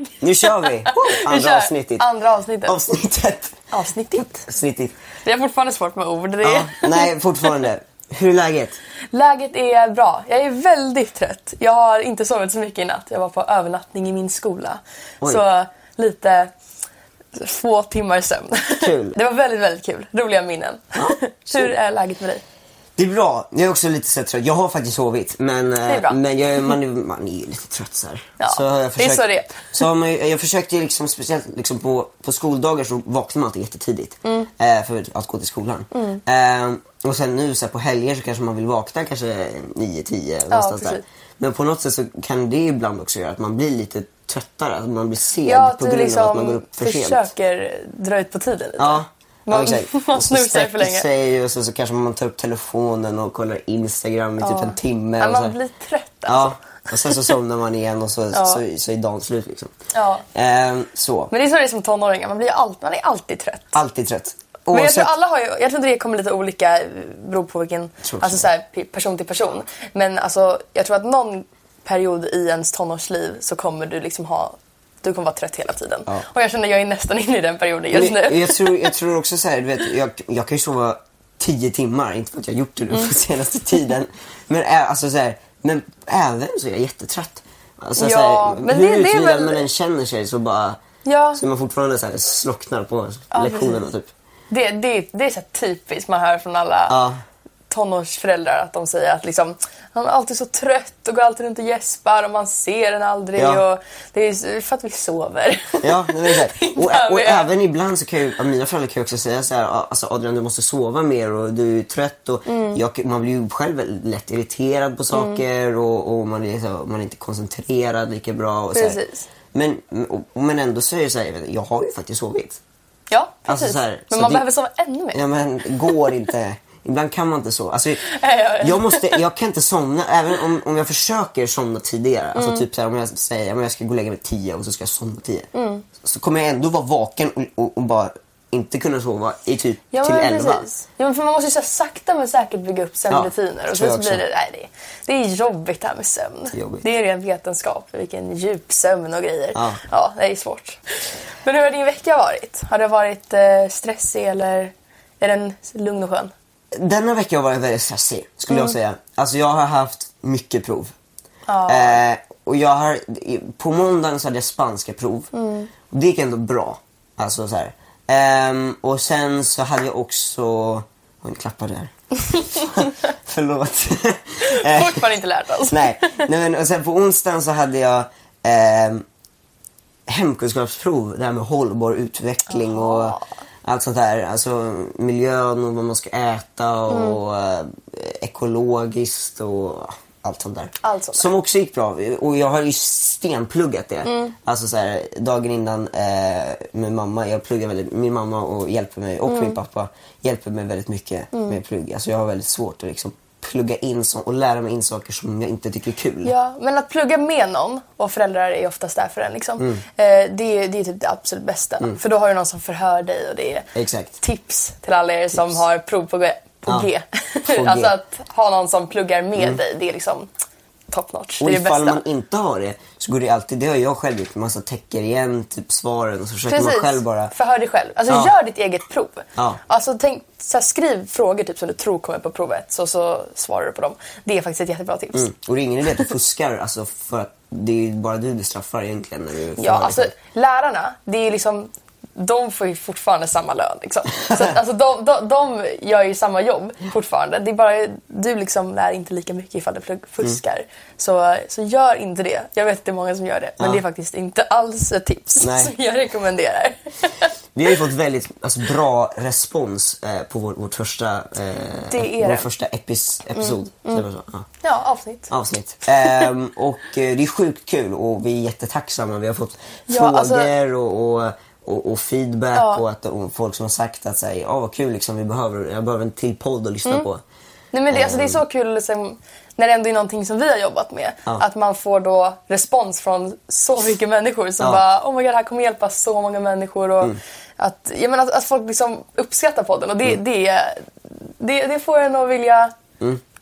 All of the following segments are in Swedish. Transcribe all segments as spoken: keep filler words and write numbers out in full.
Nu kör vi! Woo! Andra kör. avsnittet. Andra avsnittet. Avsnittet. Avsnittet. Snittigt. Det är fortfarande svårt med ord. Det är... Ja, nej, fortfarande. Hur är läget? Läget är bra. Jag är väldigt trött. Jag har inte sovit så mycket i natt. Jag var på övernattning i min skola. Oj. Så lite få timmar sömn. Kul. Det var väldigt, väldigt kul. Roliga minnen. Ja, Hur är läget med dig? Det är bra. Jag är också lite så trött. Jag har faktiskt sovit. Men, är bra. men jag, man, är, man är ju lite trött så här. Ja, så har jag försökt, det är så det är. Så har man, jag försökte liksom, speciellt liksom på, på skoldagar så vaknar man alltid jättetidigt. Mm. Eh, för att gå till skolan. Mm. Eh, och sen nu så här, på helger så kanske man vill vakna kanske nio tio någonstans ja, där. Men på något sätt så kan det ibland också göra att man blir lite tröttare. Att man blir seg Ja, på grund liksom av att man går upp för sent. försöker dra ut på tiden lite. Ja. Man, ja, man snusar för länge. Sig och så, så kanske man tar upp telefonen och kollar Instagram i ja. typ en timme. Ja, och man så. blir trött alltså. Ja, och sen så somnar man igen och så, ja. så, så, så är dagen slut liksom. Ja. Ehm, så. Men det är så det är som tonåringar, man, blir alltid, man är alltid trött. Alltid trött. Men jag Oavsett... tror alla har ju, jag tror inte det kommer lite olika, beror på vilken, alltså så här, person till person. Men alltså, jag tror att någon period i ens tonårsliv så kommer du liksom ha, du kommer vara trött hela tiden. Ja. Och jag känner att jag är nästan inne i den perioden just nu. Jag, jag, tror, jag tror också så här, du vet, jag, jag kan ju sova tio timmar, inte för att jag har gjort det nu mm. på senaste tiden. Men, äh, alltså, så här, men även så är jag jättetrött. Alltså, ja, så här, men hur det, det är utvilad väl... man än känner sig så bara ja. så är man fortfarande så här, slocknar på ja, lektionerna typ. Det, det, det är så här typiskt man hör från alla ja. tonårsföräldrar att de säger att liksom, han är alltid så trött och går alltid runt och gäspar och man ser den aldrig ja. Och det är för att vi sover. Ja, det är så och, och även ibland så kan ju, mina föräldrar kan ju också säga så här, alltså Adrian, du måste sova mer och du är trött och mm. jag, man blir ju själv lätt irriterad på saker mm. och, och man, är så, man är inte koncentrerad lika bra och så här. Men, och, men ändå så är det så här, jag har ju faktiskt sovit. Ja, precis. Alltså, så här, men så man det, behöver sova ännu mer. Ja, men går inte. Ibland kan man inte så. Alltså, jag, måste, jag kan inte somna, även om, om jag försöker somna tidigare. Alltså mm. typ så här, om jag säger om jag ska gå och lägga mig tio och så ska jag somna tio. Mm. Så kommer jag ändå vara vaken och, och, och bara inte kunna sova i typ ja, till elva. Precis. Ja, men för man måste ju så sakta men säkert bygga upp sömnrutiner. Ja, och sen så blir det, nej, det, det är jobbigt det här med sömn. Det är, det är en vetenskap, vilken djup sömn och grejer. Ja. ja, det är svårt. Men hur har din vecka varit? Har det varit eh, stressig eller är den lugn och skön? Denna vecka har varit väldigt stressig, skulle mm. jag säga. Alltså jag har haft mycket prov. Ja. Eh, och jag har, på måndagen så hade jag spanska prov. Mm. Och det gick ändå bra. Alltså så här. Um, och sen så hade jag också... Oj, en klappar där. Förlåt. Fortfarande inte lärt oss. nej, nej men, och sen på onsdagen så hade jag um, hemkunskapsprov. Det här med hållbar utveckling oh. och allt sånt där. Alltså miljön och vad man ska äta och mm. ekologiskt och allt sånt där. Allt sånt där. Som också gick bra. Och jag har ju stenpluggat det. Mm. Alltså så här, dagen innan eh, med mamma. Jag pluggar väldigt, min mamma och hjälper mig och mm. min pappa hjälper mig väldigt mycket mm. med plugg. Alltså jag har väldigt svårt att liksom plugga in så, och lära mig in saker som jag inte tycker är kul. Ja, men att plugga med någon och föräldrar är oftast där för en liksom. Mm. Eh, det, är, det är typ det absolut bästa. Mm. För då har du någon som förhör dig och det är Exakt. tips till alla er tips. Som har prov på, på ja. G. På alltså G. att ha någon som pluggar med mm. dig, det är liksom top notch. Det är det bästa. Och ifall man inte har det så går det alltid, det har jag själv gjort, man så täcker igen typ svaren och så försöker Precis. man själv bara... Förhör dig själv. Alltså ja. gör ditt eget prov. Ja. Alltså tänk, så här, skriv frågor typ som du tror kommer på provet så, så svarar du på dem. Det är faktiskt ett jättebra tips. Mm. Och det är ingen idé att du fuskar, alltså för att det är bara du du straffar egentligen när du ja, alltså dig. Lärarna, det är liksom... De får ju fortfarande samma lön liksom. Så alltså de, de, de gör ju samma jobb fortfarande. Det är bara du liksom lär inte lika mycket ifall du fuskar. Mm. Så, så gör inte det. Jag vet att det är många som gör det. Men ja. Det är faktiskt inte alls ett tips. Nej. Som jag rekommenderar. Vi har ju fått väldigt alltså, bra respons eh, på vår, vårt första, eh, det är vår det. första epis, episod. Mm. Mm. Så, ja. ja, avsnitt. avsnitt. ehm, och eh, det är sjukt kul och vi är jättetacksamma. Vi har fått ja, frågor alltså... och... och Och, och feedback ja. Och, att, och folk som har sagt att säga, ja vad kul liksom, vi behöver, jag behöver en till podd att lyssna mm. på. Nej, men det, alltså, det är så kul liksom, när det ändå är någonting som vi har jobbat med. Ja. Att man får då respons från så mycket människor som ja. Bara, oh my god, det här kommer hjälpa så många människor. Och mm. att, jag menar, att, att folk liksom uppskattar podden. Och det, mm. det, det, det får en att vilja mm.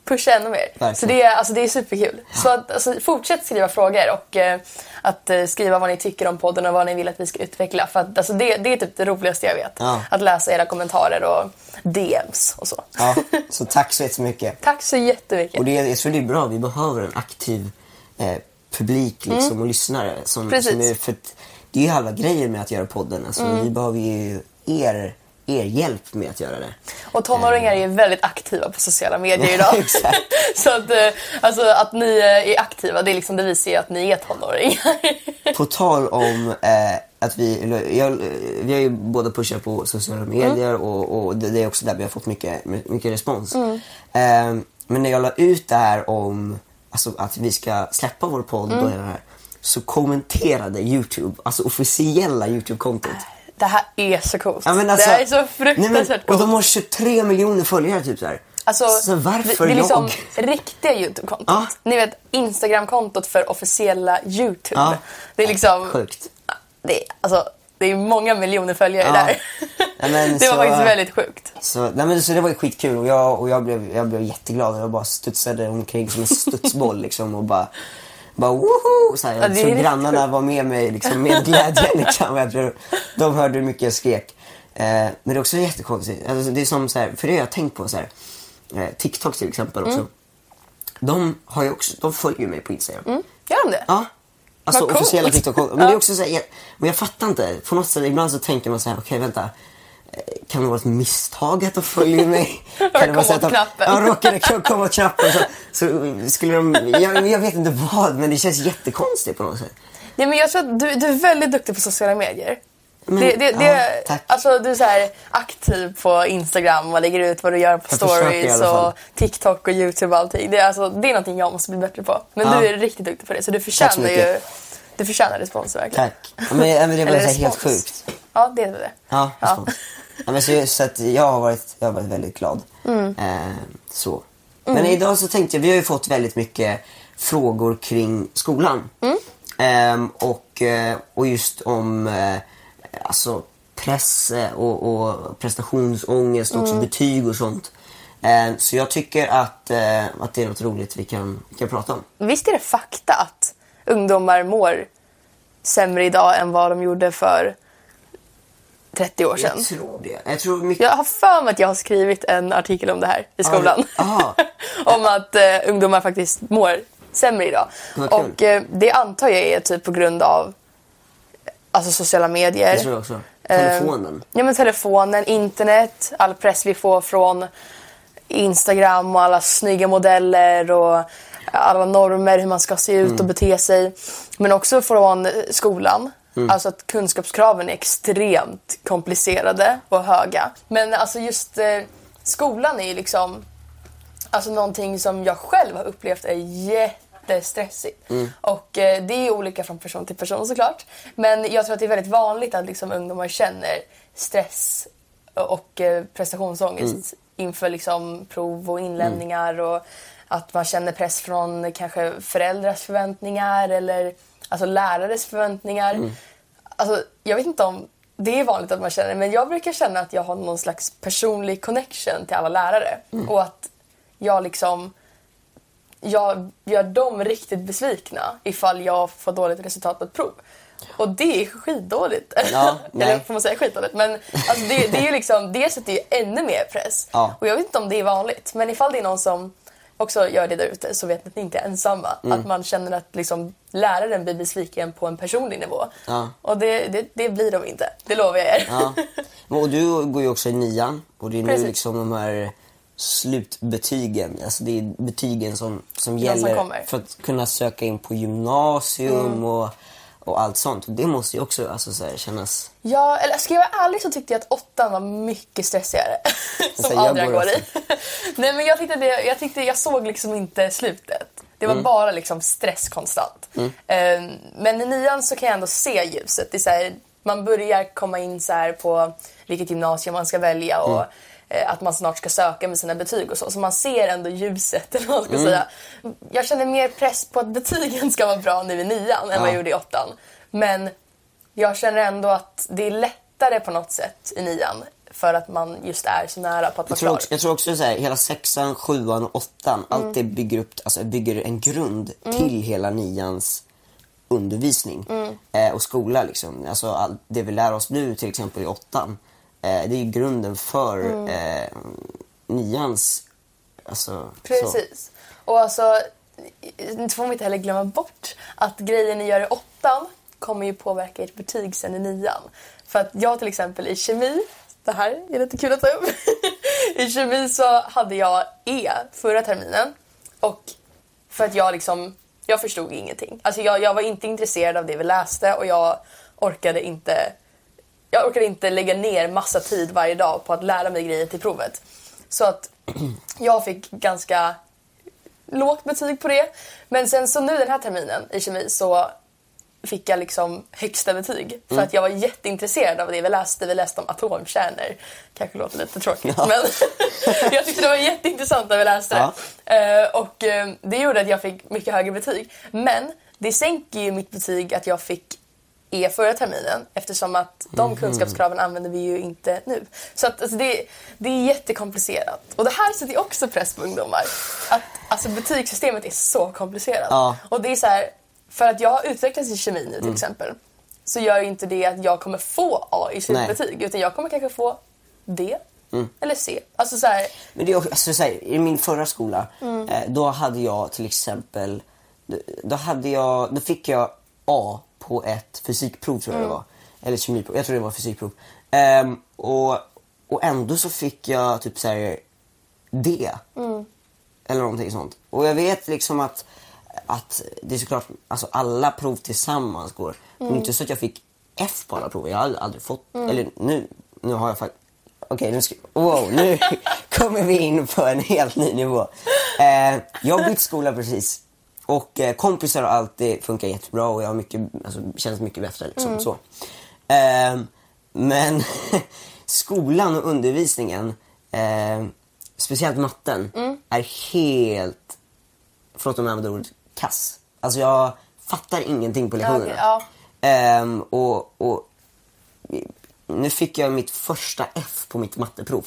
pusha ännu mer. Verkligen. Så det är, alltså, det är superkul. Ja. Så att, alltså, fortsätt skriva frågor och eh, att eh, skriva vad ni tycker om podden och vad ni vill att vi ska utveckla. För att, alltså, det, det är typ det roligaste jag vet. Ja. Att läsa era kommentarer och D Ms och så. Ja, så tack så jättemycket. Tack så jättemycket. Och det, jag tror det är bra, vi behöver en aktiv eh, publik liksom, mm. och lyssnare. Som, som är, för att, det är ju halva grejen med att göra podden. Alltså, mm. Vi behöver ju er... er hjälp med att göra det. Och tonåringar är väldigt aktiva på sociala medier idag. Exakt. Så att, alltså, att ni är aktiva, det är liksom det visar ju att ni är tonåringar. På tal om eh, att vi, jag, vi har ju båda pushat på sociala medier mm. och, och det, det är också där vi har fått mycket, mycket respons. Mm. Eh, men när jag la ut det här om alltså, att vi ska släppa vår podd mm. och det här, så kommenterade YouTube, alltså officiella YouTube-kontot. Det här är så coolt. Ja, alltså, det här är så fruktansvärt coolt. Och de har tjugotre miljoner följare typ så här. Alltså, så varför det är liksom jag? riktiga YouTube-kontot. Ja. Ni vet, Instagram-kontot för officiella YouTube. Ja. Det är liksom... Sjukt. Det är, alltså, det är många miljoner följare ja. där. Ja, men, det var så, faktiskt väldigt sjukt. Så, nej, men, så det var ju skitkul och jag, och jag, blev, jag blev jätteglad. Jag bara studsade omkring som en studsboll liksom och bara... Bara woho! Så här, jag ja, tror grannarna var med mig liksom, med glädje. Liksom. Jag tror, de hörde hur mycket jag skrek. Eh, men det är också jättekonstigt. Alltså, det är som så här, för det har jag tänkt på så här, eh, TikTok till exempel också. Mm. De, har ju också, de följer mig på Instagram. Mm. Gör de det? Ja. Alltså officiella TikTok. Men ja. Det är också så här, jag, men jag fattar inte. På något sätt, ibland så tänker man så här, okej okay, vänta. Kan det vara ett misstag att de följer mig? Kan det vara så att de ja, råkade komma åt knappen? Så, så skulle de, jag, jag vet inte vad, men det känns jättekonstigt på något sätt. Nej, men jag tror att du, du är väldigt duktig på sociala medier. Men, det, det, det, ja, tack. Alltså, du är så här aktiv på Instagram och lägger ut vad du gör på jag stories och TikTok och YouTube och allting. Det är, alltså, det är någonting jag måste bli bättre på. Men ja. Du är riktigt duktig på det, så du förtjänar ju du förtjänar respons verkligen. Tack. Men, men det var helt sjukt. Ja, det är det. Ja, ja. Ja, men så, så att jag har varit jag har varit väldigt glad. Mm. Eh, så. Men mm. idag så tänkte jag, vi har ju fått väldigt mycket frågor kring skolan. Mm. Eh, och, och just om eh, alltså press och, och prestationsångest och också mm. betyg och sånt. Eh, så jag tycker att, eh, att det är något roligt vi kan, vi kan prata om. Visst är det fakta att ungdomar mår sämre idag än vad de gjorde för trettio år sedan? Jag tror det. Jag, tror mycket... jag har för mig att jag har skrivit en artikel om det här i skolan. Ah, om att eh, ungdomar faktiskt mår sämre idag. Och eh, det antar jag är typ på grund av alltså sociala medier. Det tror jag också. Telefonen. Eh, ja, men telefonen, internet, all press vi får från Instagram och alla snygga modeller och alla normer hur man ska se ut mm. och bete sig. Men också från skolan. Mm. Alltså att kunskapskraven är extremt komplicerade och höga. Men alltså just eh, skolan är ju liksom alltså någonting som jag själv har upplevt är jättestressigt. Mm. Och eh, det är olika från person till person såklart. Men jag tror att det är väldigt vanligt att liksom ungdomar känner stress och eh, prestationsångest mm. inför liksom prov och inlämningar mm. och att man känner press från kanske föräldrars förväntningar eller alltså lärares förväntningar. Mm. Alltså, jag vet inte om det är vanligt att man känner, men jag brukar känna att jag har någon slags personlig connection till alla lärare. Mm. Och att jag liksom jag gör dem riktigt besvikna ifall jag får dåligt resultat på ett prov. Och det är skitdåligt. Ja, eller får man säga skitdåligt. Men alltså, det, det är ju liksom, det sätter ju ännu mer press. Ja. Och jag vet inte om det är vanligt. Men ifall det är någon som också gör det där ute så vet ni att ni inte är ensamma. Mm. Att man känner att liksom, läraren blir besviken på en personlig nivå. Ja. Och det, det, det blir de inte. Det lovar jag er. Ja. Och du går ju också i nian. Och det är Precis. nu liksom de här slutbetygen. Alltså det är betygen som, som gäller som för att kunna söka in på gymnasium mm. och, och allt sånt. Och det måste ju också alltså, så här, kännas... Ja, eller ska jag vara ärlig så tyckte jag att åttan var mycket stressigare. Som alltså, Adrian går i. Nej, men jag tyckte, det, jag tyckte jag såg liksom inte slutet. Det var mm. bara liksom stress konstant. Mm. Um, men i nian så kan jag ändå se ljuset. Det är så här, man börjar komma in så här på vilket gymnasium man ska välja och mm. att man snart ska söka med sina betyg och så. Så man ser ändå ljuset, eller vad man ska mm. säga. Jag känner mer press på att betygen ska vara bra nu i nian än ja. vad jag gjorde i åttan. Men jag känner ändå att det är lättare lättare på något sätt i nian. För att man just är så nära på att vara klar. Också, jag tror också så här, hela sexan, sjuan och åttan, mm. allt det bygger upp, alltså bygger en grund mm. till hela nians undervisning mm. eh, och skola liksom. Alltså all, det vi lär oss nu till exempel i åttan, eh, det är grunden för mm. eh, nians, alltså. Precis. Så. Och alltså, inte får man inte heller glömma bort att grejen ni gör i åttan kommer ju påverka ert betyg sen i nian. För att jag till exempel i kemi, det här är lite kul att ta upp. I kemi så hade jag E förra terminen. Och för att jag liksom, jag förstod ingenting. Alltså jag, jag var inte intresserad av det vi läste och jag orkade inte, jag orkade inte lägga ner massa tid varje dag på att lära mig grejer till provet. Så att jag fick ganska lågt betyg på det. Men sen så nu den här terminen i kemi så fick jag liksom högsta betyg. För mm. att jag var jätteintresserad av det vi läste. Vi läste om atomkärnor. Kanske låter lite tråkigt. Ja. Men jag tyckte det var jätteintressant när vi läste ja. det. Uh, och uh, det gjorde att jag fick mycket högre betyg. Men det sänker ju mitt betyg att jag fick E förra terminen. Eftersom att de mm. kunskapskraven använder vi ju inte nu. Så att alltså, det, det är jättekomplicerat. Och det här sätter också press på ungdomar. Att alltså, betygssystemet är så komplicerat. Ja. Och det är så här, för att jag har utvecklats i kemi nu till mm. exempel, så gör ju inte det att jag kommer få A i slutbetyg. Utan jag kommer kanske få D mm. eller C. Alltså så här. Men det är alltså, så här, i min förra skola mm. eh, då hade jag till exempel då, då hade jag då fick jag A på ett fysikprov tror jag mm. det var. Eller kemiprov, jag tror det var fysikprov. Um, och, och ändå så fick jag typ så här D. Mm. Eller någonting sånt. Och jag vet liksom att att det är såklart, alltså alla prov tillsammans går. Mm. Inte så att jag fick F på alla prov. Jag har aldrig, aldrig fått, mm. eller nu, nu har jag faktiskt, okej okay, nu ska, wow, nu kommer vi in på en helt ny nivå. Eh, jag har bytt skola precis. Och eh, kompisar och allt det funkar jättebra och jag har mycket, alltså, känns mycket bättre liksom, mm. så. Eh, men skolan och undervisningen, eh, speciellt matten, mm. är helt, förlåt om jag använder ordet, kass. Alltså jag fattar ingenting på lektionerna. Okay, ja. ehm, och, och nu fick jag mitt första F på mitt matteprov.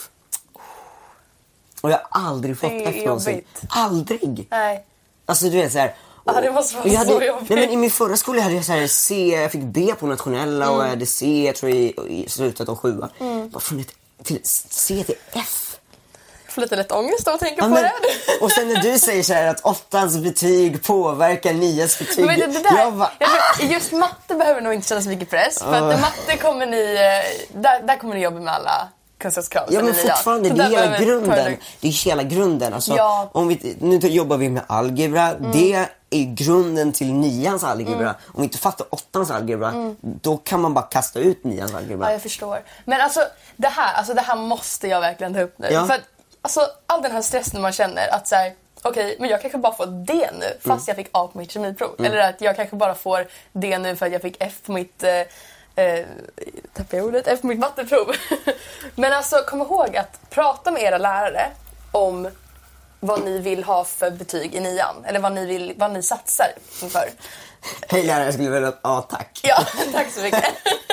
Och jag har aldrig fått F någonsin. Aldrig. Nej. Alltså du vet så här. Och, ja, det måste vara hade, så jobbigt. Nej, men i min förra skola hade jag så här C, jag fick B på nationella mm. och jag hade C jag tror i, i slutet av sjuan. Mm. Bara från ett till C till F. Får lite lätt ångest att tänka ja, på men, det. Och sen när du säger så här att åttans betyg påverkar nias betyg. Men det, det där, jag bara, jag just matte behöver nog inte känna så mycket press. För att matte kommer ni, där, där kommer ni jobba med alla kunskapskrav. Ja men fortfarande, det är hela grunden. Det är hela grunden. Alltså, ja. om vi, nu jobbar vi med algebra. Mm. Det är grunden till nians algebra. Mm. Om vi inte fattar åttans algebra, mm. då kan man bara kasta ut nians algebra. Ja, jag förstår. Men alltså det här, alltså, det här måste jag verkligen ta upp nu. Ja. För att, alltså, all den här stressen man känner att så här, okej, okay, men jag kanske bara får D nu fast mm. jag fick A på mitt kemiprov. Mm. Eller att jag kanske bara får D nu för att jag fick F på mitt eh, eh, tappar jag ordet, F på mitt matteprov. Men alltså kom ihåg att prata med era lärare om vad ni vill ha för betyg i nian. Eller vad ni, vill, vad ni satsar inför. Hej lärare, jag skulle vilja ha A, tack. Ja, tack så mycket.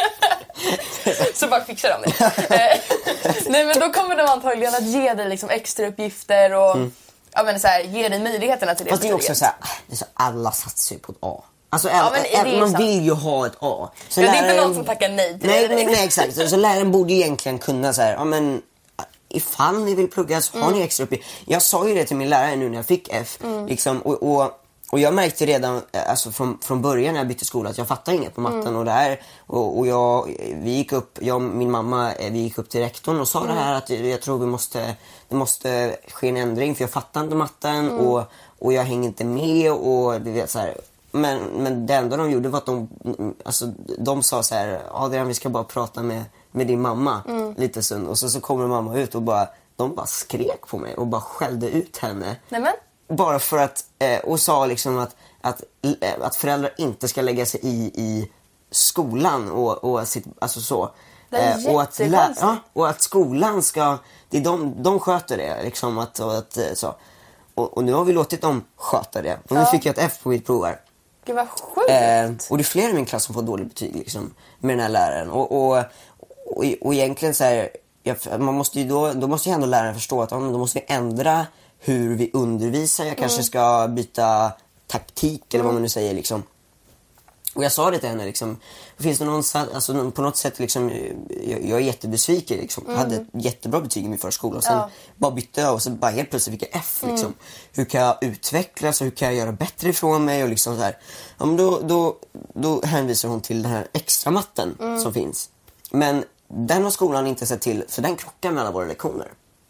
Så bara fixar de det. Nej, men då kommer de antagligen att ge dig liksom extra uppgifter och mm. ja, men så här, ge dig möjligheterna till det. Fast det är också så här, det är så alla satsar ju på ett A. Alltså, ja, ä- ä- man sant. vill ju ha ett A. Så ja, läraren, det är inte någon som tackar nej till nej, det. Nej, nej, exakt. Så, så läraren borde egentligen kunna så här, ja men ifall ni vill plugga så har mm. ni extra uppgifter. Jag sa ju det till min lärare nu när jag fick F. Mm. Liksom, och, och Och jag märkte redan alltså från, från början när jag bytte skola att jag fattade inget på matten. Mm. Och, det här, och, och jag, vi gick upp, jag och min mamma vi gick upp till rektorn och sa mm. det här att jag tror vi måste, det måste ske en ändring för jag fattar inte matten mm. och, och jag hänger inte med. Och, du vet, så här. Men, men det enda de gjorde var att de, alltså, de sa så här, Adrian vi ska bara prata med, med din mamma mm. lite stund. Och så, så kommer mamma ut och bara, de bara skrek på mig och bara skällde ut henne. Nämen. Bara för att, eh, och sa liksom att, att, att föräldrar inte ska lägga sig i, i skolan och, och, sitt, alltså så. Det är eh, och, att lä- ja, och att skolan ska, det är de, de sköter det liksom att, och att så. Och, och nu har vi låtit dem sköta det. Och nu ja. fick jag ett F på mitt prov här. Det var sjukt. Eh, och det är fler i min klass som får dåligt betyg liksom, med den här läraren. Och, och, och, och egentligen så här, jag, man måste ju då, då måste ju ändå läraren förstå att ja, då måste vi ändra hur vi undervisar. Jag kanske mm. ska byta taktik eller mm. vad man nu säger liksom. Och jag sa det till henne liksom, finns det någon, alltså, på något sätt liksom, jag, jag är jättebesviken liksom. Mm. Hade ett jättebra betyg i min förskola och sen ja. bara bytte jag och så bara helt plötsligt fick jag F liksom. Mm. Hur kan jag utvecklas och hur kan jag göra bättre ifrån mig och liksom så här. Ja, men då, då, då hänvisar hon till den här extra matten mm. som finns. Men den har skolan inte sett till, för den krockar med alla våra lektioner.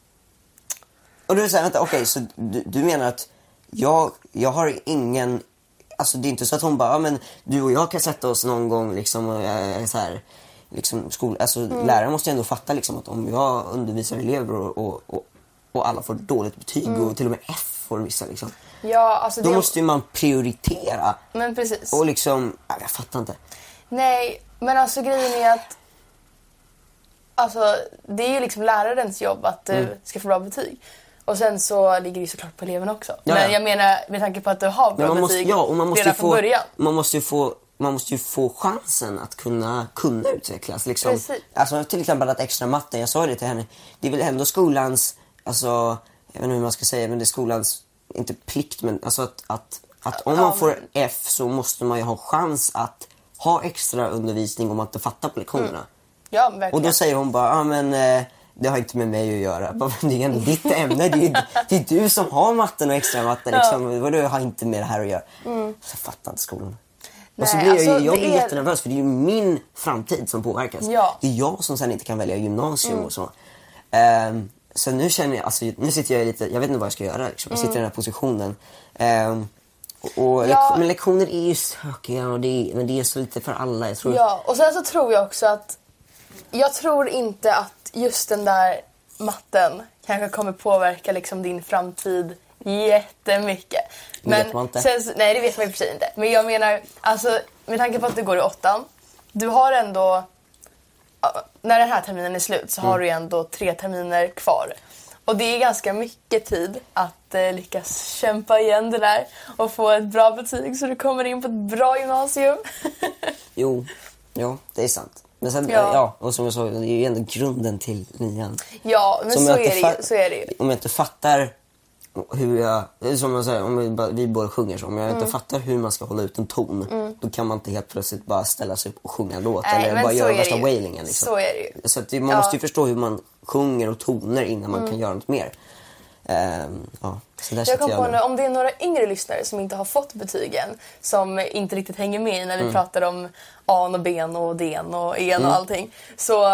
Och då är det så här, vänta, okej, okay, så du, du menar att jag, jag har ingen... Alltså det är inte så att hon bara, ja, men du och jag kan sätta oss någon gång liksom, och äh, så här, liksom skol, alltså mm. läraren måste ändå fatta liksom att om jag undervisar elever och, och, och, och alla får dåligt betyg mm. och till och med F får vissa liksom. Ja, alltså då det... måste ju man prioritera. Men precis. Och liksom, äh, jag fattar inte. Nej, men alltså grejen är att alltså det är ju liksom lärarens jobb att du mm. ska få bra betyg. Och sen så ligger det såklart på eleven också. Ja, men jag menar, med tanke på att du har bra man betyg måste, ja, och man måste redan få, från början. Man måste ju få, man måste ju få chansen att kunna, kunna utvecklas. Liksom. Precis. Alltså, till exempel att extra matte, jag sa det till henne. Det är väl ändå skolans, alltså, jag vet inte hur man ska säga, men det är skolans, inte plikt, men alltså att, att, att om man får F så måste man ju ha chans att ha extra undervisning om man inte fattar på lektionerna. Mm. Ja, verkligen. Och då säger hon bara, ja ah, men... Eh, det har inte med mig att göra. Det är ändå ditt ämne. Det är, det är du som har matten och extra matten. Liksom. Ja. Du har inte med det här att göra. Mm. Så jag fattar inte skolan. Nej, och så blir jag, alltså, jag blir är... jättenervös för det är ju min framtid som påverkas. Ja. Det är jag som sen inte kan välja gymnasium mm. och så. Um, så nu känner jag, alltså, nu sitter jag lite, jag vet inte vad jag ska göra. Liksom. Jag sitter mm. i den här positionen. Um, och, och ja. lek- men lektioner är ju sökiga och det är, men det är så lite för alla. Jag tror. Ja, och sen så tror jag också att jag tror inte att just den där matten kanske kommer påverka liksom din framtid jättemycket. Men det vet man inte. Sen, nej, det vet man i och för sig inte. Men jag menar, alltså, med tanke på att du går i åttan, du har ändå, när den här terminen är slut så mm. har du ändå tre terminer kvar. Och det är ganska mycket tid att eh, lyckas kämpa igen det där och få ett bra betyg så du kommer in på ett bra gymnasium. jo, jo, det är sant. Men sen, ja. ja, och som jag sa, det är ju ändå grunden till nian. Ja, men så är, det ju, fa- så är det ju. Om jag inte fattar hur jag, som man säger, om vi, bara, vi båda sjunger så, om jag mm. inte fattar hur man ska hålla ut en ton, mm. då kan man inte helt plötsligt bara ställa sig upp och sjunga en låt. Nej, eller bara göra värsta wailingen. Liksom. Så är det ju. Så att det, man ja. måste ju förstå hur man sjunger och toner innan man mm. kan göra något mer. Um, ja, så där jag kom jag på nu, om det är några yngre lyssnare som inte har fått betygen, som inte riktigt hänger med när vi mm. pratar om A och B och D och E mm. och allting, så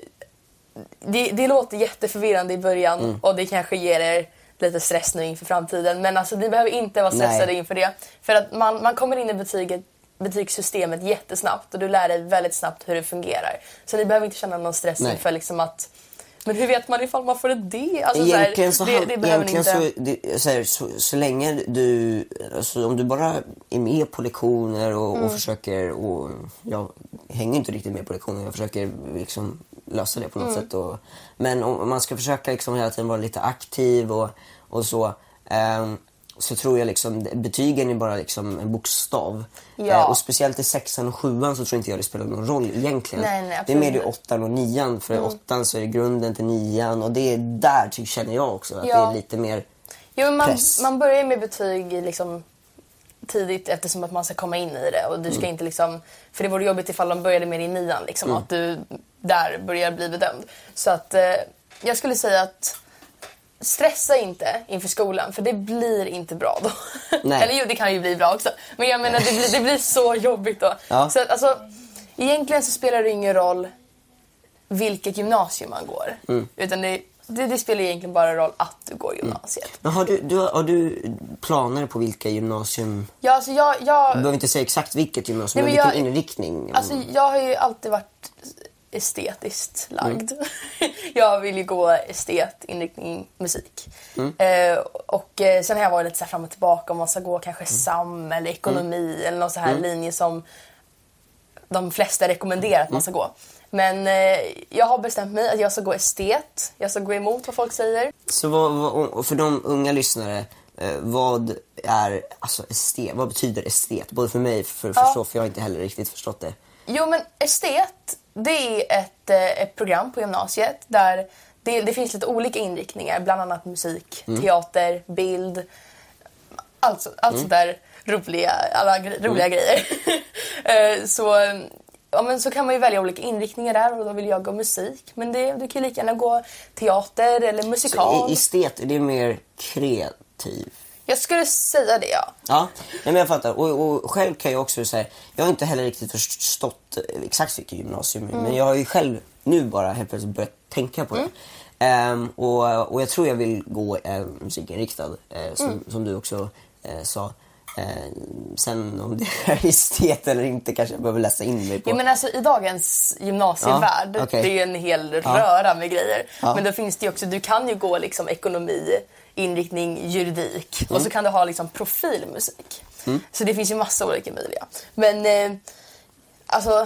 det, det låter jätteförvirrande i början mm. och det kanske ger er lite stress nu inför framtiden, men alltså ni behöver inte vara stressade Nej. inför det, för att man, man kommer in i betyget, betygssystemet jättesnabbt och du lär dig väldigt snabbt hur det fungerar, så ni behöver inte känna någon stress Nej. inför liksom att men hur vet man ifall man får ett D? Alltså, egentligen så, här, det, det behöver egentligen inte. Så, det, så, här, så, så länge du, alltså, om du bara är med på lektioner och, mm. och försöker, och jag hänger inte riktigt med på lektioner, jag försöker liksom lösa det på något mm. sätt. Och, men om, om man ska försöka liksom hela tiden vara lite aktiv och, och så, um, så tror jag liksom, betygen är bara liksom en bokstav. Ja. Eh, och speciellt i sexan och sjuan så tror inte jag det spelar någon roll egentligen. Nej, nej, det är mer i åttan och nian, för i mm. åttan så är det grunden till nian. Och det är där tycker, känner jag också att ja. det är lite mer jo, men man, press. Man börjar med betyg liksom tidigt eftersom att man ska komma in i det. Och du ska mm. inte liksom, för det vore jobbigt ifall de började med i nian liksom, mm. att du där börjar bli bedömd. Så att eh, jag skulle säga att stressa inte inför skolan, för det blir inte bra då. Nej. Eller jo, det kan ju bli bra också. Men jag menar, det blir, det blir så jobbigt då. Ja. Så att, alltså, egentligen så spelar det ingen roll vilket gymnasium man går. Mm. Utan det, det, det spelar egentligen bara roll att du går gymnasiet. Mm. Men har du, du, har du planer på vilka gymnasium? Ja, alltså jag... jag... Du behöver inte säga exakt vilket gymnasium, Nej, men vilken jag, inriktning. Alltså jag har ju alltid varit estetiskt lagd. Mm. Jag vill ju gå estet, inriktning, musik. Mm. Eh, och eh, sen har jag varit lite så här fram och tillbaka om man ska gå kanske mm. sam eller ekonomi mm. eller någon så här mm. linje som de flesta rekommenderar att man ska gå. Men eh, jag har bestämt mig att jag ska gå estet. Jag ska gå emot vad folk säger. Så vad, vad, för de unga lyssnare, eh, vad är alltså estet? Vad betyder estet? Både för mig för att ja. förstå, för jag har inte heller riktigt förstått det. Jo, men estet, det är ett, ett program på gymnasiet där det, det finns lite olika inriktningar. Bland annat musik, mm. teater, bild, alltså, allt mm. där roliga, alla gre- roliga mm. grejer. så, ja, men så kan man ju välja olika inriktningar där och då vill jag gå musik. Men det, du kan ju lika gärna gå teater eller musikal. Så estet, är det mer kreativ? Jag skulle säga det, ja. Ja, men jag fattar. Och, och själv kan jag också säga, jag har inte heller riktigt förstått exakt vilket gymnasium, mm. men jag har ju själv nu bara helt plötsligt börjat tänka på det. Mm. Um, och, och jag tror jag vill gå uh, musikinriktad, uh, som, mm. som du också uh, sa. Uh, sen om det är estet eller inte kanske jag behöver läsa in mig på. Ja, men alltså i dagens gymnasievärld, ja, okay. det är ju en hel röra ja. med grejer. Ja. Men då finns det ju också, du kan ju gå liksom ekonomi, inriktning, juridik. Mm. Och så kan du ha liksom profilmusik. Mm. Så det finns ju massa olika möjliga. Men eh, alltså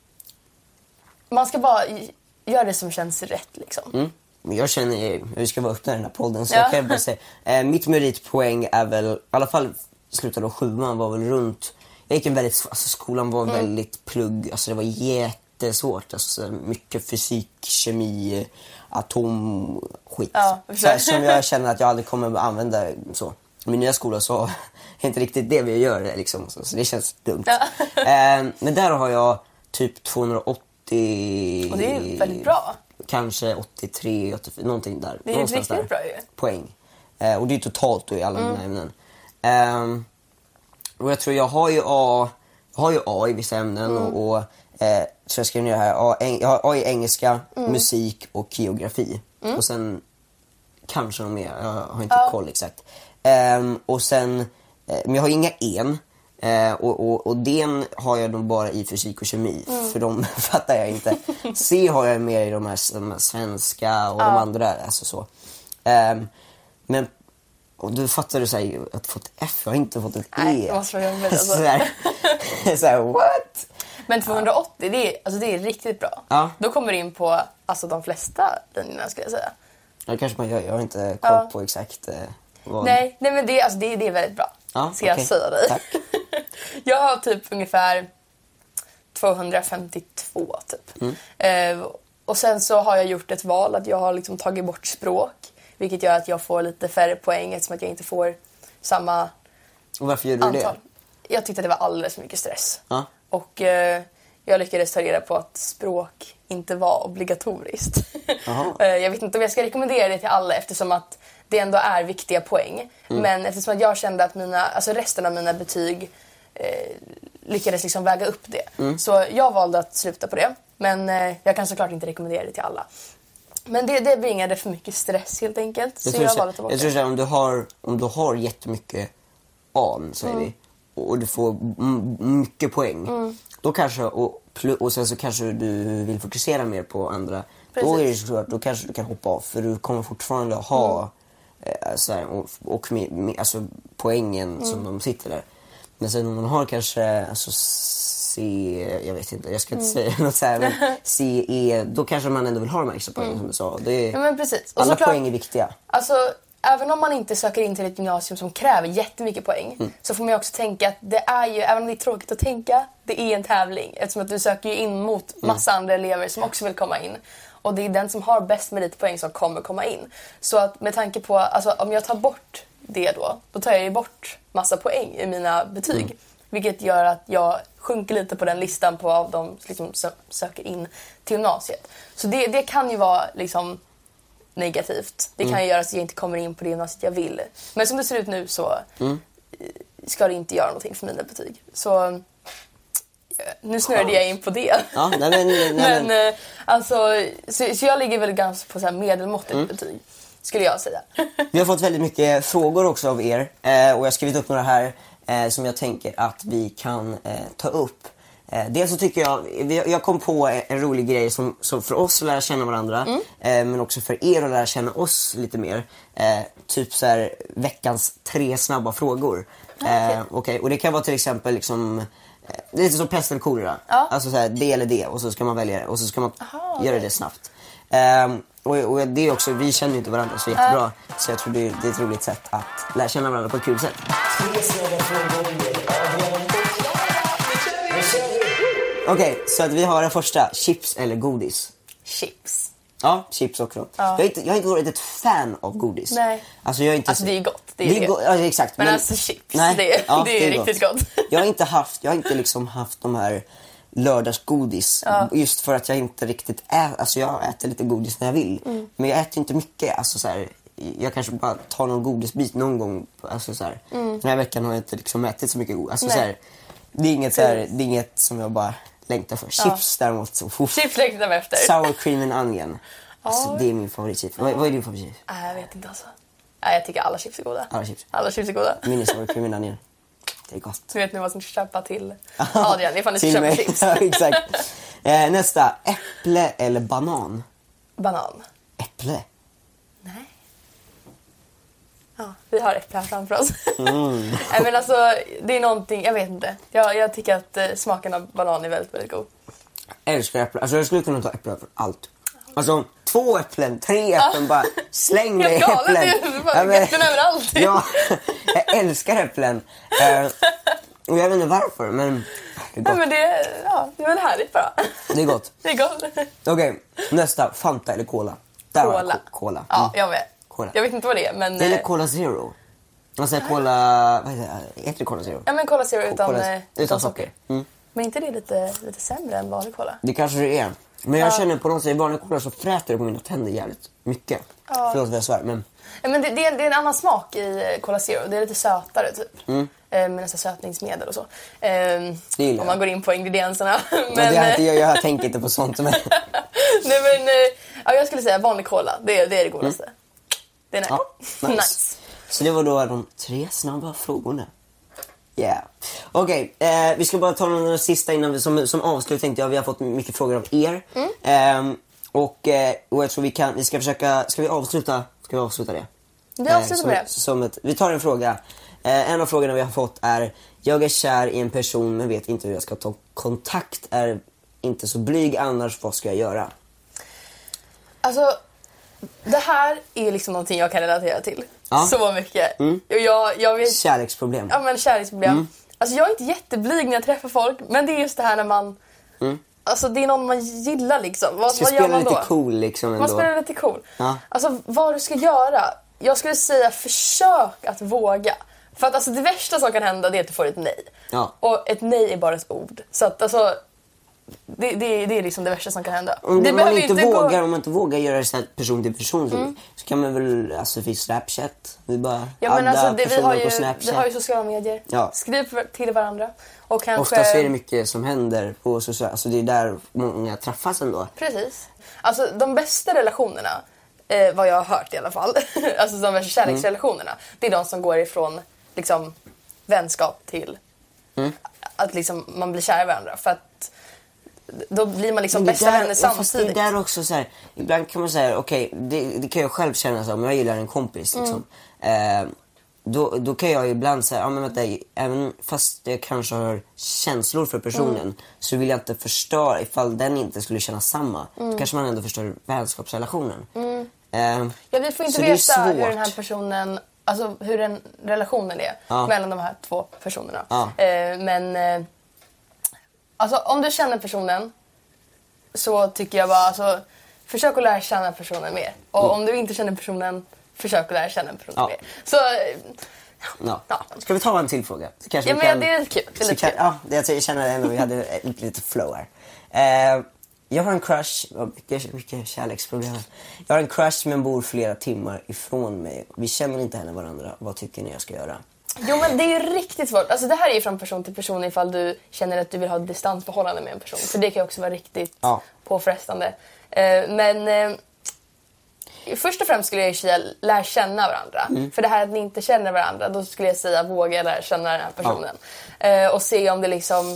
man ska bara göra det som känns rätt liksom. Mm. Jag känner, vi ska vara öppna i den här podden så ja. jag kan bara säga, eh, mitt meritpoäng är väl, i alla fall slutade av sjuan var väl runt, jag gick en väldigt, alltså skolan var mm. väldigt plugg, alltså det var jättesvårt, alltså mycket fysik, kemi, atomskit. Ja, så här, som jag känner att jag aldrig kommer att använda så. Min nya skola så är inte riktigt det vi gör liksom, så, så det känns dumt. Ja. eh, men där har jag typ tvåhundraåttio. Och det är väldigt bra. Kanske åttiotre, åttiofyra, någonting där. Det är ju riktigt där. Bra ju. Poäng. Eh, och det är totalt då i alla mm. mina ämnen. Eh, och jag tror jag har ju A, jag har ju A i vissa ämnen mm. och, och eh, så jag skriver ner här, A, jag har A i engelska, mm. musik och geografi. Mm. Och sen kanske de mer, jag har inte ja. koll exakt. Eh, och sen, eh, men jag har inga en. Eh, och, och, och den har jag nog bara i fysik och kemi. Mm. För de fattar jag inte. C har jag mer i de här, de här svenska och ja. de andra. Alltså så. Eh, men och du fattar du såhär, att få ett F, jag har inte fått ett E. Nej, det måste vara jobbigt alltså. Såhär, såhär, what? Men tvåhundraåttio, det är, alltså det är riktigt bra. Ja. Då kommer du in på alltså, de flesta linjerna skulle jag säga. Ja, kanske man gör. Jag har inte koll ja. på exakt eh, vad... Nej, nej men det, alltså, det, det är väldigt bra. Ja, ska okay. jag säga dig. Tack. Jag har typ ungefär tvåhundrafemtiotvå typ. Mm. Eh, och sen så har jag gjort ett val att jag har liksom tagit bort språk. Vilket gör att jag får lite färre poäng eftersom att jag inte får samma och varför gör du antal. Det? Jag tyckte att det var alldeles för mycket stress. Ja. Och eh, jag lyckades ta reda på att språk inte var obligatoriskt. eh, jag vet inte om jag ska rekommendera det till alla eftersom att det ändå är viktiga poäng. Mm. Men eftersom att jag kände att mina, alltså resten av mina betyg eh, lyckades liksom väga upp det. Mm. Så jag valde att sluta på det. Men eh, jag kan såklart inte rekommendera det till alla. Men det, det bringade för mycket stress helt enkelt. Så jag, jag valde att ta bort det. Jag tror att om du har, om du har jättemycket A, säger mm. vi, och du får m- mycket poäng, mm. då kanske, och, och sen så kanske du vill fokusera mer på andra. Precis. Då är det så att då kanske du kan hoppa av. För du kommer fortfarande ha mm. eh, så här, och, och med, med, alltså, poängen mm. som de sitter där. Men sen om man har kanske alltså, C, jag vet inte, jag ska inte mm. säga något så här, men C, E, då kanske man ändå vill ha de här extra poängen mm. som du sa. Det är, ja, men precis. Och alla klart, poäng är viktiga. Alltså, även om man inte söker in till ett gymnasium som kräver jättemycket poäng mm. så får man ju också tänka att det är ju, även om det är tråkigt att tänka, det är en tävling. Eftersom att du söker ju in mot massa mm. andra elever som också vill komma in. Och det är den som har bäst meritpoäng som kommer komma in. Så att med tanke på, alltså om jag tar bort det då, då tar jag ju bort massa poäng i mina betyg. Mm. Vilket gör att jag sjunker lite på den listan på av de liksom sö- söker in till gymnasiet. Så det, det kan ju vara liksom negativt. Det kan mm. ju göra att jag inte kommer in på det gymnasiet jag vill. Men som det ser ut nu så mm. ska det inte göra någonting för mina betyg. Så nu snurrade jag in på det. Ja, nej, men, nej, men. men alltså, så, så jag ligger väl ganska på så här medelmåttigt mm. betyg, skulle jag säga. Vi har fått väldigt mycket frågor också av er. Eh, och jag har skrivit upp några här eh, som jag tänker att vi kan eh, ta upp. Eh, dels så tycker jag, jag kom på en rolig grej som, som för oss att lära känna varandra. Mm. Eh, men också för er att lära känna oss lite mer. Eh, typ så här veckans tre snabba frågor. Eh, okay. Okay. Och det kan vara till exempel liksom... Det är lite som pest eller kolera. Ja. Alltså så här, det eller det. Och så ska man välja det. Och så ska man Aha, göra det snabbt. Um, och, och det är också, vi känner ju inte varandra så jättebra. Uh. Så jag tror det är, det är ett roligt sätt att lära känna varandra på ett kul sätt. Okej, okay, så att vi har den första. Chips eller godis? Chips. Ja, chips också. Ja. Jag, har inte, jag har inte varit ett fan av godis. Nej. Alltså, jag är inte alltså så... det är gott. Det är det är det. Go- ja, exakt. Men, men alltså chips, nej. det är, ja, det är, det är riktigt gott. gott. jag har inte haft, jag har inte liksom haft de här lördagsgodis. Ja. Just för att jag inte riktigt äter, alltså jag äter lite godis när jag vill. Mm. Men jag äter inte mycket, alltså så här, jag kanske bara tar någon godisbit någon gång. Alltså så här, mm. den här veckan har jag inte liksom ätit så mycket godis. Alltså så här, det är inget så här, det är inget som jag bara längtar för. Ja. Chips däremot så. Uff. Chips längtar vi efter. Sour cream and onion. Alltså, oh. Det är min favoritchips. Vad, vad är din favoritchips? Äh, jag vet inte alltså. Nej, jag tycker alla chips är goda. Alla chips. Alla chips är goda. Min är sour cream and onion. Det är gott. Du vet nu vad som ska köpa till Adrian ifall ni ska köpa chips. Ja, exakt. Eh, nästa. Äpple eller banan? Banan. Äpple? Nej. Ja, vi har äpple här framför oss. Mm. Nej, men alltså, det är någonting, jag vet inte. Jag, jag tycker att eh, smaken av banan är väldigt, väldigt god. Jag älskar äpple. Alltså jag skulle kunna ta äpple för allt. Alltså två äpplen, tre äpplen, bara släng dig äpplen. Det är bara ja, äpplen överallt. Ja, jag älskar äpplen. Uh, och jag vet inte varför, men det är gott. Nej, men det är, ja, det är väl härligt bara. Det är gott. Det är gott. Okej, okay, nästa. Fanta eller cola? Där cola. Var cola. Mm. Ja, jag vet. Cola. Jag vet inte vad det är, men... Eller Cola Zero. Alltså cola... Vad heter det? Heter det Cola Zero? Ja, men Cola Zero utan, cola, utan, utan socker. socker. Mm. Men inte det lite, lite sämre än vanlig cola? Det kanske det är. Men jag ja. känner på något sätt i vanlig cola så fräter det på mina tänder jävligt mycket. Ja. Förlåt vad jag svär, men... Ja, men det, det, är, det är en annan smak i Cola Zero. Det är lite sötare typ. Mm. Med nästan sötningsmedel och så. Ehm, om man går in på ingredienserna. men, ja, det är inte, jag, jag tänker inte på sånt. Men... Nej, men ja, jag skulle säga vanlig cola. Det är det, är det godaste. Mm. Det är nice. Ja, nice. nice. Så det var då de tre snabba frågorna. Yeah. Okej, okay, eh, vi ska bara ta några sista innan vi som, som avslut tänkte jag. Vi har fått mycket frågor av er. Mm. Eh, och, eh, och jag tror vi kan, vi ska försöka, ska vi avsluta, ska vi avsluta det? Vi avslutar med eh, det. Som, som ett, vi tar en fråga. Eh, en av frågorna vi har fått är: jag är kär i en person men vet inte hur jag ska ta kontakt. Är inte så blyg annars, vad ska jag göra? Alltså, det här är liksom någonting jag kan relatera till. Ja. Så mycket. Mm. Jag, jag vet... Kärleksproblem. Ja, men kärleksproblem. Mm. Alltså jag är inte jätteblyg när jag träffar folk, men det är just det här när man... Mm. Alltså det är någon man gillar liksom. Vad, ska vad gör man spela då? lite cool liksom ändå. Man spelar lite cool. Ja. Alltså vad du ska göra. Jag skulle säga försök att våga. För att alltså det värsta som kan hända det är att du får ett nej. Ja. Och ett nej är bara ett ord. Så att alltså... Det, det, det är liksom det värsta som kan hända. Om, det man inte inte vågar, gå... om man inte vågar göra det så här person till person mm. så kan man väl, alltså för Snapchat vi bara ja, men alltså, det, vi, har ju, på Snapchat. vi har ju sociala medier. Ja. Skriv till varandra. Och kanske... Oftast är det mycket som händer på sociala, alltså det är där många träffas ändå. Precis. Alltså de bästa relationerna, eh, vad jag har hört i alla fall, alltså de värsta kärleksrelationerna, mm. det är de som går ifrån liksom vänskap till mm. att liksom man blir kär i varandra. För att då blir man liksom bästa vänner samtidigt. Det är där också så här, ibland kan man säga okej, okay, det, det kan jag själv känna så om jag gillar en kompis liksom. Mm. Eh, då, då kan jag ibland säga, ja men vänta, även fast jag kanske har känslor för personen mm. så vill jag inte förstöra, ifall den inte skulle känna samma, mm. då kanske man ändå förstör vänskapsrelationen. Mm. Eh, ja, vi får inte veta hur den här personen, alltså hur den relationen är ja. mellan de här två personerna. Ja. Eh, men eh, alltså om du känner personen så tycker jag bara alltså, försök att lära känna personen mer. Och mm. om du inte känner personen, försök att lära känna personen ja. mer. Så ja. Ja. Ska vi ta en till fråga? Så kanske ja, vi men kan, det är kul. Det är lite kan, kul. Ja, det, jag känner ändå vi hade lite, lite flow här. Eh, jag har en crush, mycket, mycket kärleksproblem. Jag har en crush men bor flera timmar ifrån mig. Vi känner inte henne varandra. Vad tycker ni jag ska göra? Jo, men det är ju riktigt svårt. Alltså det här är ju från person till person ifall du känner att du vill ha ett distansförhållande med en person. För det kan ju också vara riktigt ja. påfrestande. Eh, men eh, först och främst skulle jag säga lära känna varandra. Mm. För det här att ni inte känner varandra, då skulle jag säga våga lära känna den här personen. Ja. Eh, och se om det liksom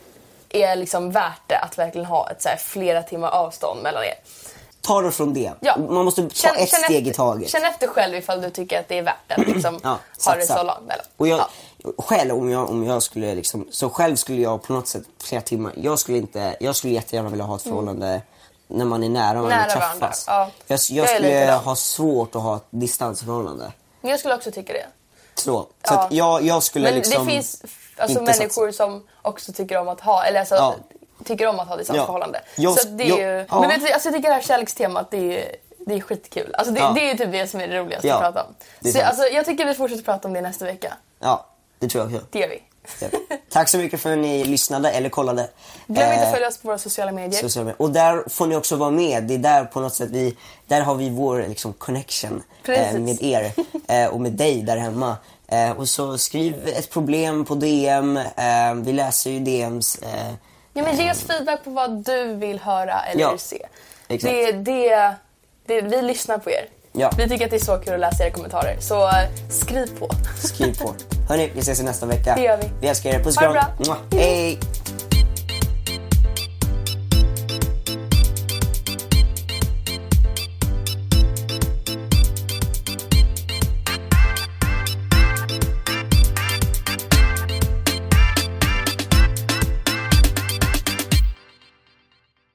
är liksom värt det att verkligen ha ett så här flera timmar avstånd mellan er. Ta det från det. Ja. Man måste ta känn, ett känn steg efter, i taget. Känn efter själv ifall du tycker att det är värt det. Liksom, ja, ha det så långt mellan. Och jag, ja. själv, om jag, om jag skulle liksom, så själv skulle jag på något sätt flera timmar, jag skulle inte, jag skulle jättegärna vilja ha ett förhållande mm. när man är nära och man träffas. Ja. Jag, jag, jag skulle ha svårt att ha ett distansförhållande. Men jag skulle också tycka det. Så, så ja. att jag, jag skulle men liksom... det finns alltså människor satsa. som också tycker om att ha, eller alltså, ja. tycker om att ha distansförhållande. Ja. Jag, så det är jag, ju, ja. men vet du, alltså jag tycker det här kärlekstemat, det är, det är skitkul. Alltså det, ja. det är typ det som är det roligaste ja. att prata om. Så alltså, jag tycker vi fortsätter prata om det nästa vecka. Ja, det tror jag också. Det gör vi. Tack så mycket för att ni lyssnade eller kollade. Glöm inte eh, att följa oss på våra sociala medier. sociala medier. Och där får ni också vara med. Det är där på något sätt vi, där har vi vår liksom connection eh, med er eh, och med dig där hemma. Eh, och så skriv ett problem på D M. Eh, vi läser ju D Ms. Eh, ja, men ge oss feedback på vad du vill höra eller ja, se. exakt. Det, det, det, vi lyssnar på er. Ja. Vi tycker att det är så kul att läsa era kommentarer. Så uh, skriv på. Skriv på. Hörni, vi ses i nästa vecka. Det gör vi. Vi älskar er. Puss och Ha det kram. bra. Hej!